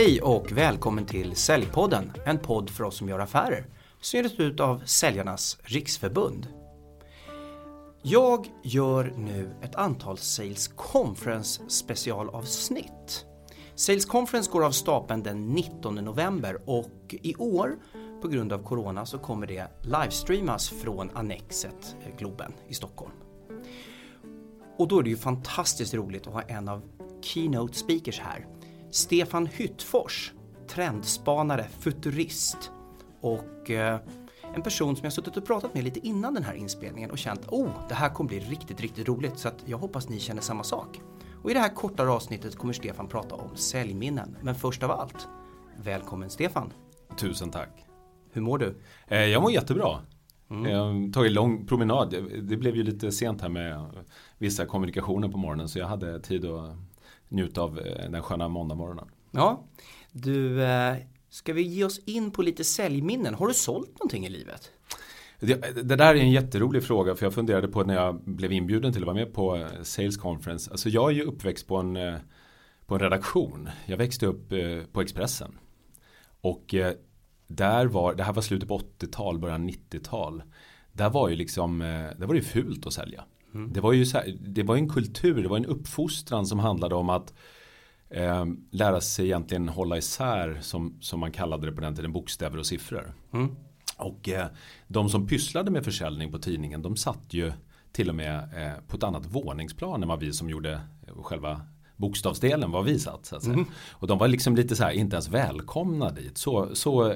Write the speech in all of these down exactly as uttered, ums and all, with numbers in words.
Hej och välkommen till Säljpodden, en podd för oss som gör affärer, som ges ut av Säljarnas riksförbund. Jag gör nu ett antal Sales Conference specialavsnitt. Sales Conference går av stapeln den nittonde november och i år, på grund av corona, så kommer det livestreamas från Annexet Globen i Stockholm. Och då är det ju fantastiskt roligt att ha en av keynote speakers här. Stefan Hyttfors, trendspanare, futurist och eh, en person som jag suttit och pratat med lite innan den här inspelningen och känt, oh, det här kommer bli riktigt, riktigt roligt, så att jag hoppas ni känner samma sak. Och i det här korta avsnittet kommer Stefan prata om säljminnen, men först av allt, välkommen Stefan. Tusen tack. Hur mår du? Eh, jag mår jättebra. Mm. Jag har tagit lång promenad. Det blev ju lite sent här med vissa kommunikationer på morgonen, så jag hade tid att njuta av den sköna måndagmorgonen. Ja, du, eh, ska vi ge oss in på lite säljminnen? Har du sålt någonting i livet? Det, det där är en jätterolig fråga, för jag funderade på när jag blev inbjuden till att vara med på Sales Conference. Alltså jag är ju uppväxt på en, på en redaktion. Jag växte upp på Expressen. Och där var, det här var slutet på åttiotal, början nittiotal. Där var ju liksom, där var det fult att sälja. Mm. Det var ju så här, det var en kultur, det var en uppfostran som handlade om att eh, lära sig egentligen hålla isär, som, som man kallade det på den tiden, bokstäver och siffror. Mm. Och eh, de som pysslade med försäljning på tidningen, de satt ju till och med eh, på ett annat våningsplan än vad vi som gjorde själva bokstavsdelen var vi satt, så att säga. Mm. Och de var liksom lite så här, inte ens välkomna dit. Så, så,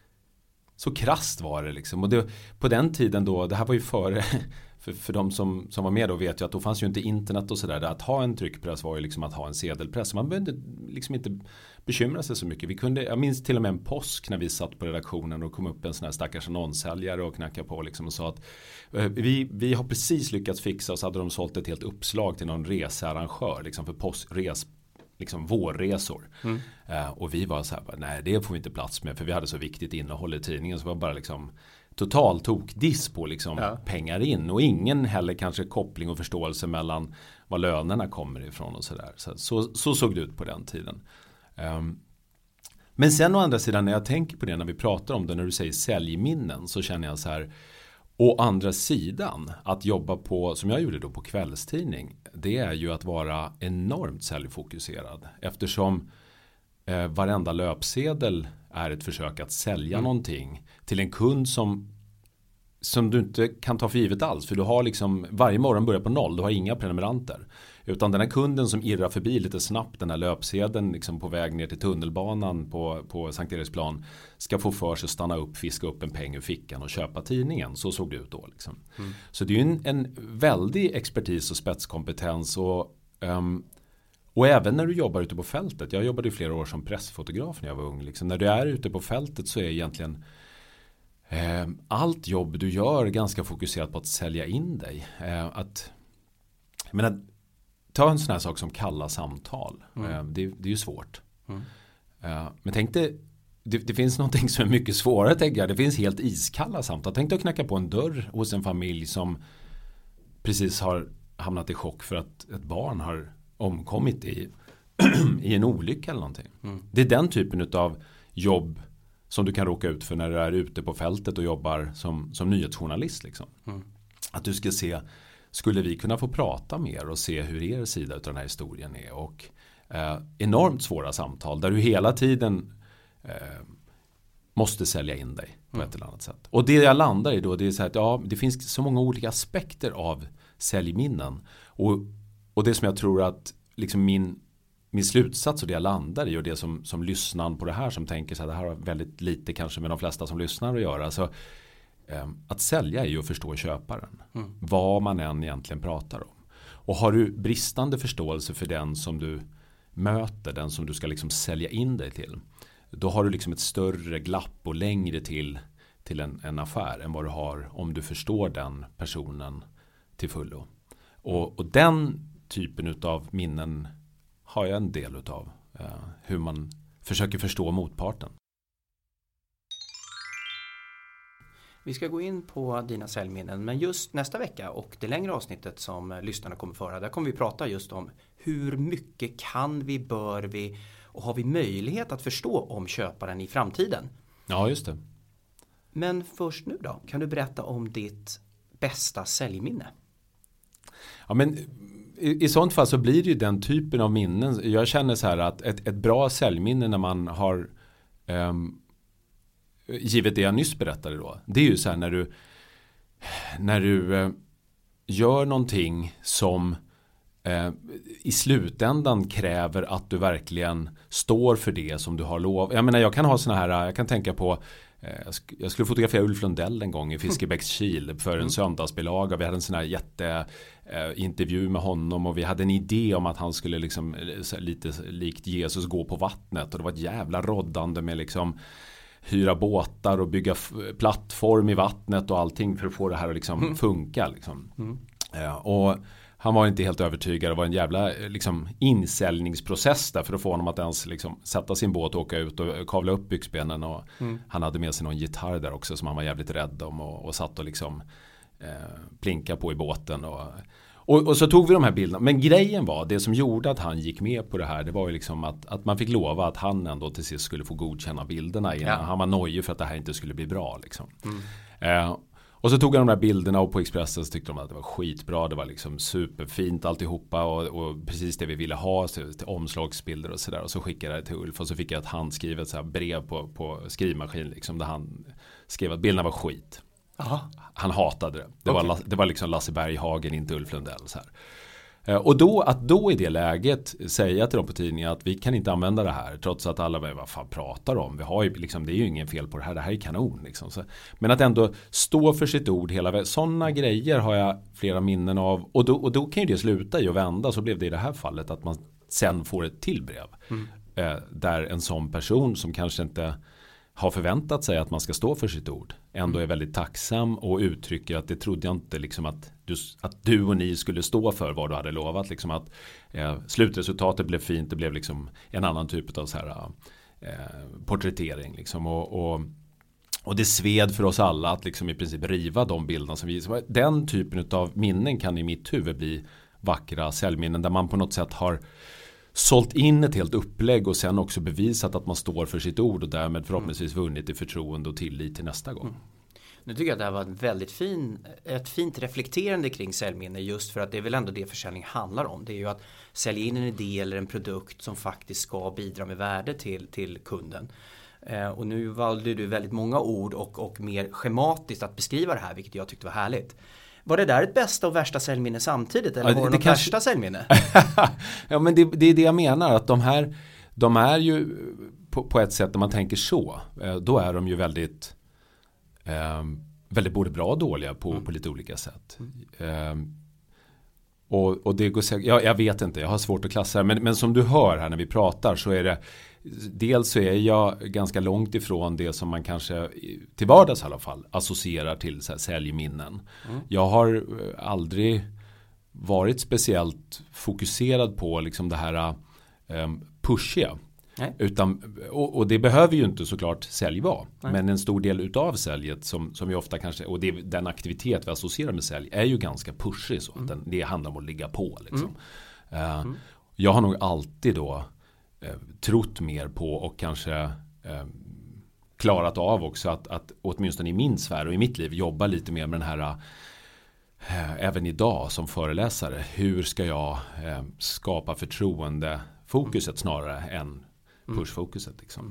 så krasst var det liksom. Och det, på den tiden då, det här var ju före, för, för de som, som var med då vet ju att då fanns ju inte internet och sådär. Att ha en tryckpress var ju liksom att ha en sedelpress. Man behövde liksom inte bekymra sig så mycket. Vi kunde, jag minns till och med en påsk när vi satt på redaktionen och kom upp en sån här stackars annonssäljare och knackade på liksom och sa att vi, vi har precis lyckats fixa, och så hade de sålt ett helt uppslag till någon researrangör liksom för påsk, res, liksom vårresor. Mm. Uh, och vi var så här, nej det får vi inte plats med, för vi hade så viktigt innehåll i tidningen, så var bara liksom totalt tokdiss på liksom ja. pengar in, och ingen heller kanske koppling och förståelse mellan var lönerna kommer ifrån och sådär. Så, så, så såg det ut på den tiden. Um, men sen å andra sidan, när jag tänker på det, när vi pratar om det, när du säger säljminnen, så känner jag så här, å andra sidan, att jobba på, som jag gjorde då på kvällstidning, det är ju att vara enormt säljfokuserad, eftersom eh, varenda löpsedel är ett försök att sälja mm. någonting till en kund som som du inte kan ta för givet alls, för du har liksom, varje morgon börjar på noll, du har inga prenumeranter, utan den här kunden som irrar förbi lite snabbt den här löpsedeln liksom på väg ner till tunnelbanan på, på Sankt Eriksplan ska få för sig att stanna upp, fiska upp en peng ur fickan och köpa tidningen. Så såg det ut då liksom. Mm. Så det är ju en, en väldig expertis och spetskompetens, och um, och även när du jobbar ute på fältet. Jag jobbade i flera år som pressfotograf när jag var ung liksom. När du är ute på fältet så är egentligen Eh, allt jobb du gör ganska fokuserat på att sälja in dig. Eh, att, jag menar, ta en sån här sak som kalla samtal. Mm. Eh, det, det är ju svårt. Mm. Eh, men tänk dig, det, det finns någonting som är mycket svårare, tänker jag. Det finns helt iskalla samtal. Tänk dig att knacka på en dörr hos en familj som precis har hamnat i chock för att ett barn har omkommit i, i en olycka eller någonting. Mm. Det är den typen av jobb som du kan råka ut för när du är ute på fältet och jobbar som, som nyhetsjournalist. Liksom. Mm. Att du ska se, skulle vi kunna få prata mer och se hur er sida av den här historien är. Och eh, enormt svåra samtal där du hela tiden eh, måste sälja in dig på mm. ett eller annat sätt. Och det jag landar i då, det är så här att ja, det finns så många olika aspekter av säljminnen. Och, och det som jag tror att liksom min Min slutsats och det jag landar i, och det som, som lyssnaren på det här som tänker så här, det här har väldigt lite kanske med de flesta som lyssnar att göra. Så, eh, att sälja är ju att förstå köparen. Mm. Vad man än egentligen pratar om. Och har du bristande förståelse för den som du möter, den som du ska liksom sälja in dig till, då har du liksom ett större glapp och längre till, till en, en affär än vad du har om du förstår den personen till fullo. Och, och den typen av minnen har jag en del utav, uh, hur man försöker förstå motparten. Vi ska gå in på dina säljminnen, men just nästa vecka och det längre avsnittet som lyssnarna kommer föra, där kommer vi prata just om hur mycket kan vi, bör vi Och har vi möjlighet att förstå om köparen i framtiden? Ja, just det. Men först nu då, kan du berätta om ditt bästa säljminne? Ja, men i, i sånt fall så blir det ju den typen av minnen. Jag känner så här att ett, ett bra säljminne när man har um, givet det jag nyss berättade då. Det är ju så här när du när du uh, gör någonting som uh, i slutändan kräver att du verkligen står för det som du har lov. Jag menar, jag kan ha såna här, jag kan tänka på jag skulle fotografera Ulf Lundell en gång i Fiskebäckskil för en söndagsbilaga. Vi hade en sån här jätteintervju med honom och vi hade en idé om att han skulle liksom lite likt Jesus gå på vattnet, och det var ett jävla roddande med liksom hyra båtar och bygga plattform i vattnet och allting för att få det här att liksom mm. funka liksom. Mm. Ja, och han var inte helt övertygad. Det var en jävla liksom, insäljningsprocess där för att få honom att ens liksom, sätta sin båt och åka ut och kavla upp byxbenen. Och mm. han hade med sig någon gitarr där också som han var jävligt rädd om. Och, och satt och liksom eh, plinka på i båten. Och, och, och så tog vi de här bilderna. Men grejen var, det som gjorde att han gick med på det här, det var ju liksom att, att man fick lova att han ändå till sist skulle få godkänna bilderna. Innan. Ja. Han var nojig för att det här inte skulle bli bra. Liksom. Mm. Eh, Och så tog jag de där bilderna och på Expressen så tyckte de att det var skitbra. Det var liksom superfint alltihopa och, och precis det vi ville ha, så, till omslagsbilder och sådär. Och så skickade jag det till Ulf och så fick jag ett handskrivet så här brev på, på skrivmaskin liksom, där han skrev att bilderna var skit. Aha. Han hatade det. Det, okay. var, det var liksom Lasse Berghagen, inte Ulf Lundell. Så här. Och då, att då i det läget säga till dem på tidningen att vi kan inte använda det här trots att alla vad fan pratar om. Vi har ju, liksom, det är ju ingen fel på det här, det här är kanon. Liksom. Så, men att ändå stå för sitt ord hela vägen. Sådana grejer har jag flera minnen av. Och då, och då kan ju det sluta i att vända. Så blev det i det här fallet att man sen får ett till brev. Mm. Eh, där en sån person som kanske inte har förväntat sig att man ska stå för sitt ord ändå är väldigt tacksam och uttrycker att det trodde jag inte liksom att du, att du och ni skulle stå för vad du hade lovat liksom att eh, slutresultatet blev fint, det blev liksom en annan typ av så här eh, porträttering liksom och, och, och det sved för oss alla att liksom i princip riva de bilderna som vi, den typen av minnen kan i mitt huvud bli vackra säljminnen där man på något sätt har sålt in ett helt upplägg och sen också bevisat att man står för sitt ord och därmed förhoppningsvis vunnit i förtroende och tillit till nästa gång. Mm. Nu tycker jag att det här var ett väldigt fin, ett fint reflekterande kring säljminne just för att det är väl ändå det försäljning handlar om. Det är ju att sälja in en idé eller en produkt som faktiskt ska bidra med värde till, till kunden. Eh, och nu valde du väldigt många ord och, och mer schematiskt att beskriva det här, vilket jag tyckte var härligt. Var det där ett bästa och värsta säljminne samtidigt? Eller ja, var det, det något kanske... värsta säljminne? Ja, men det, det är det jag menar. Att de här, de är ju på, på ett sätt när man tänker så. Då är de ju väldigt, eh, väldigt både bra och dåliga på, mm. på lite olika sätt. Mm. Eh, och, och det går säkert, ja, jag vet inte, jag har svårt att klassa. Men, men som du hör här när vi pratar så är det dels så är jag ganska långt ifrån det som man kanske till vardags i alla fall associerar till så här, säljminnen. Mm. Jag har aldrig varit speciellt fokuserad på liksom det här um, pushiga. Nej. Utan, och, och det behöver ju inte såklart sälj vara. Nej. Men en stor del utav säljet som, som vi ofta kanske, och det, den aktivitet vi associerar med sälj är ju ganska pushig så. Mm. Att den, det handlar om att ligga på liksom. Mm. Uh, mm. Jag har nog alltid då eh, trott mer på och kanske eh, klarat av också att, att åtminstone i min sfär och i mitt liv jobba lite mer med den här eh, även idag som föreläsare. Hur ska jag eh, skapa förtroendefokuset mm. snarare än pushfokuset liksom.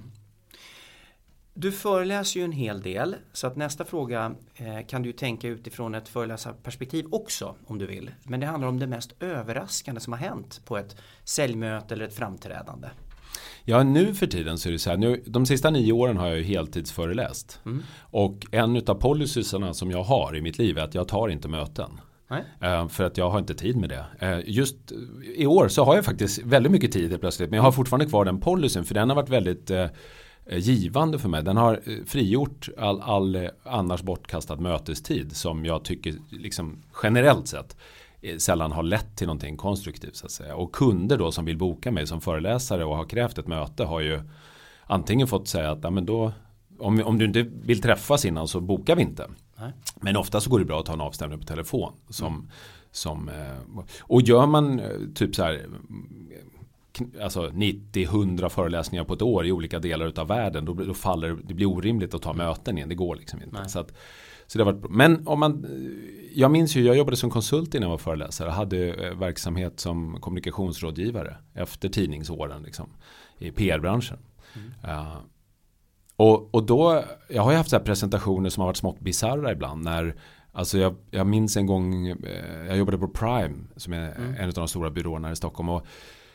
Du föreläser ju en hel del så att nästa fråga eh, kan du tänka utifrån ett föreläsarperspektiv också om du vill. Men det handlar om det mest överraskande som har hänt på ett säljmöte eller ett framträdande. Ja, nu för tiden så är det så här. Nu, de sista nio åren har jag ju heltidsföreläst. Mm. Och en av policysarna som jag har i mitt liv är att jag tar inte möten. Uh, för att jag har inte tid med det. Uh, just i år så har jag faktiskt väldigt mycket tid plötsligt. Men jag har fortfarande kvar den policyn. För den har varit väldigt uh, givande för mig. Den har uh, frigjort all, all uh, annars bortkastad mötestid. Som jag tycker liksom, generellt sett uh, sällan har lett till någonting konstruktivt. Så att säga. Och kunder då som vill boka mig som föreläsare och har krävt ett möte har ju antingen fått säga att ja, men då, om, om du inte vill träffas innan så bokar vi inte. Nej. Men ofta så går det bra att ta en avstämning på telefon som, mm. som, och gör man typ så här alltså nittio hundra föreläsningar på ett år i olika delar av världen, då, då faller det blir orimligt att ta möten igen. Det går liksom inte. Så att, så det har varit, men om man, jag minns ju, jag jobbade som konsult innan jag var föreläsare. Jag hade verksamhet som kommunikationsrådgivare efter tidningsåren liksom, i P R-branschen. Mm. Uh, och, och då, jag har ju haft så här presentationer som har varit smått bizarra ibland. När, alltså jag, jag minns en gång, eh, jag jobbade på Prime som är mm. en av de stora byråerna i Stockholm, och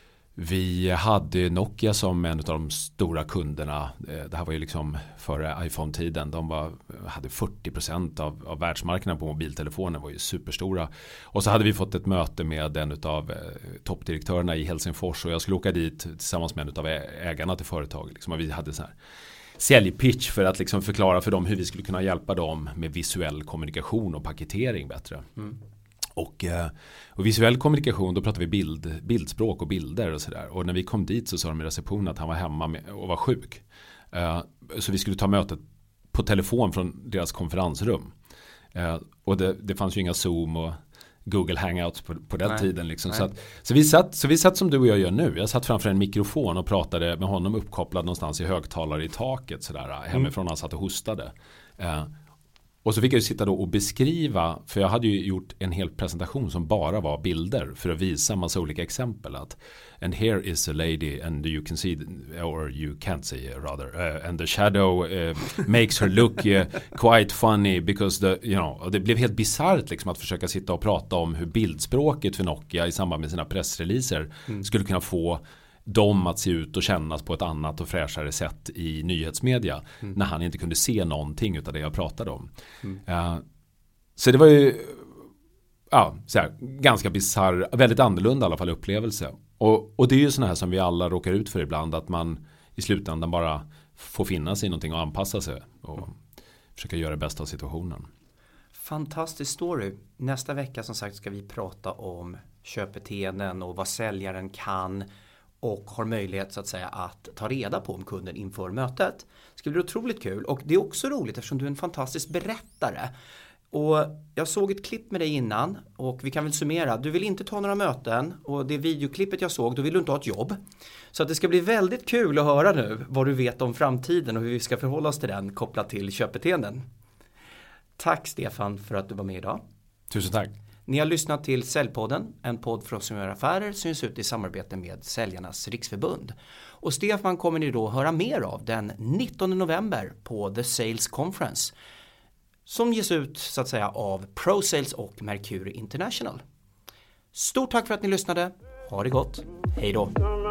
vi hade Nokia som en av de stora kunderna. Det här var ju liksom före iPhone-tiden. De var, hade fyrtio procent av, av världsmarknaden på mobiltelefoner, var ju superstora. Och så hade vi fått ett möte med en av eh, toppdirektörerna i Helsingfors, och jag skulle åka dit tillsammans med en av ägarna till företaget. Liksom, och vi hade så här säljpitch för att liksom förklara för dem hur vi skulle kunna hjälpa dem med visuell kommunikation och paketering bättre. Mm. Och, och visuell kommunikation, då pratar vi bild, bildspråk och bilder och sådär. Och när vi kom dit så sa de i receptionen att han var hemma med, och var sjuk. Uh, så vi skulle ta mötet på telefon från deras konferensrum. Uh, och det, det fanns ju inga Zoom och Google Hangouts på, på den Nej. tiden. Liksom. Så, att, så, vi satt, så vi satt som du och jag gör nu. Jag satt framför en mikrofon och pratade med honom uppkopplad någonstans i högtalare i taket. Sådär, hemifrån mm. han satt och hostade. Uh, Och så fick jag ju sitta då och beskriva, för jag hade ju gjort en hel presentation som bara var bilder för att visa massa olika exempel. Att, and here is a lady and you can see, or you can't see rather, uh, and the shadow uh, makes her look uh, quite funny because the, you know, det blev helt bizarrt liksom att försöka sitta och prata om hur bildspråket för Nokia i samband med sina pressreleaser mm. skulle kunna få dem att se ut och kännas på ett annat och fräschare sätt i nyhetsmedia mm. när han inte kunde se någonting utav det jag pratade om. Mm. Uh, så det var ju ja, så här, ganska bizarr, väldigt annorlunda i alla fall upplevelse. Och, och det är ju såna här som vi alla råkar ut för ibland, att man i slutändan bara får finna sig i någonting och anpassa sig och mm. försöka göra det bästa av situationen. Fantastisk story. Nästa vecka som sagt ska vi prata om köpbeteenden och vad säljaren kan och har möjlighet så att säga att ta reda på om kunden inför mötet. Det ska bli otroligt kul, och det är också roligt eftersom du är en fantastisk berättare. Och jag såg ett klipp med dig innan, och vi kan väl summera. Du vill inte ta några möten, och det videoklippet jag såg, då vill du inte ha ett jobb. Så att det ska bli väldigt kul att höra nu vad du vet om framtiden och hur vi ska förhålla oss till den kopplat till köpbeteenden. Tack Stefan för att du var med idag. Tusen tack. Ni har lyssnat till Säljpodden, en podd för oss som gör affärer, syns ut i samarbete med Säljarnas Riksförbund. Och Stefan kommer ni då höra mer av den nittonde november på The Sales Conference, som ges ut så att säga av ProSales och Mercury International. Stort tack för att ni lyssnade. Ha det gott. Hej då.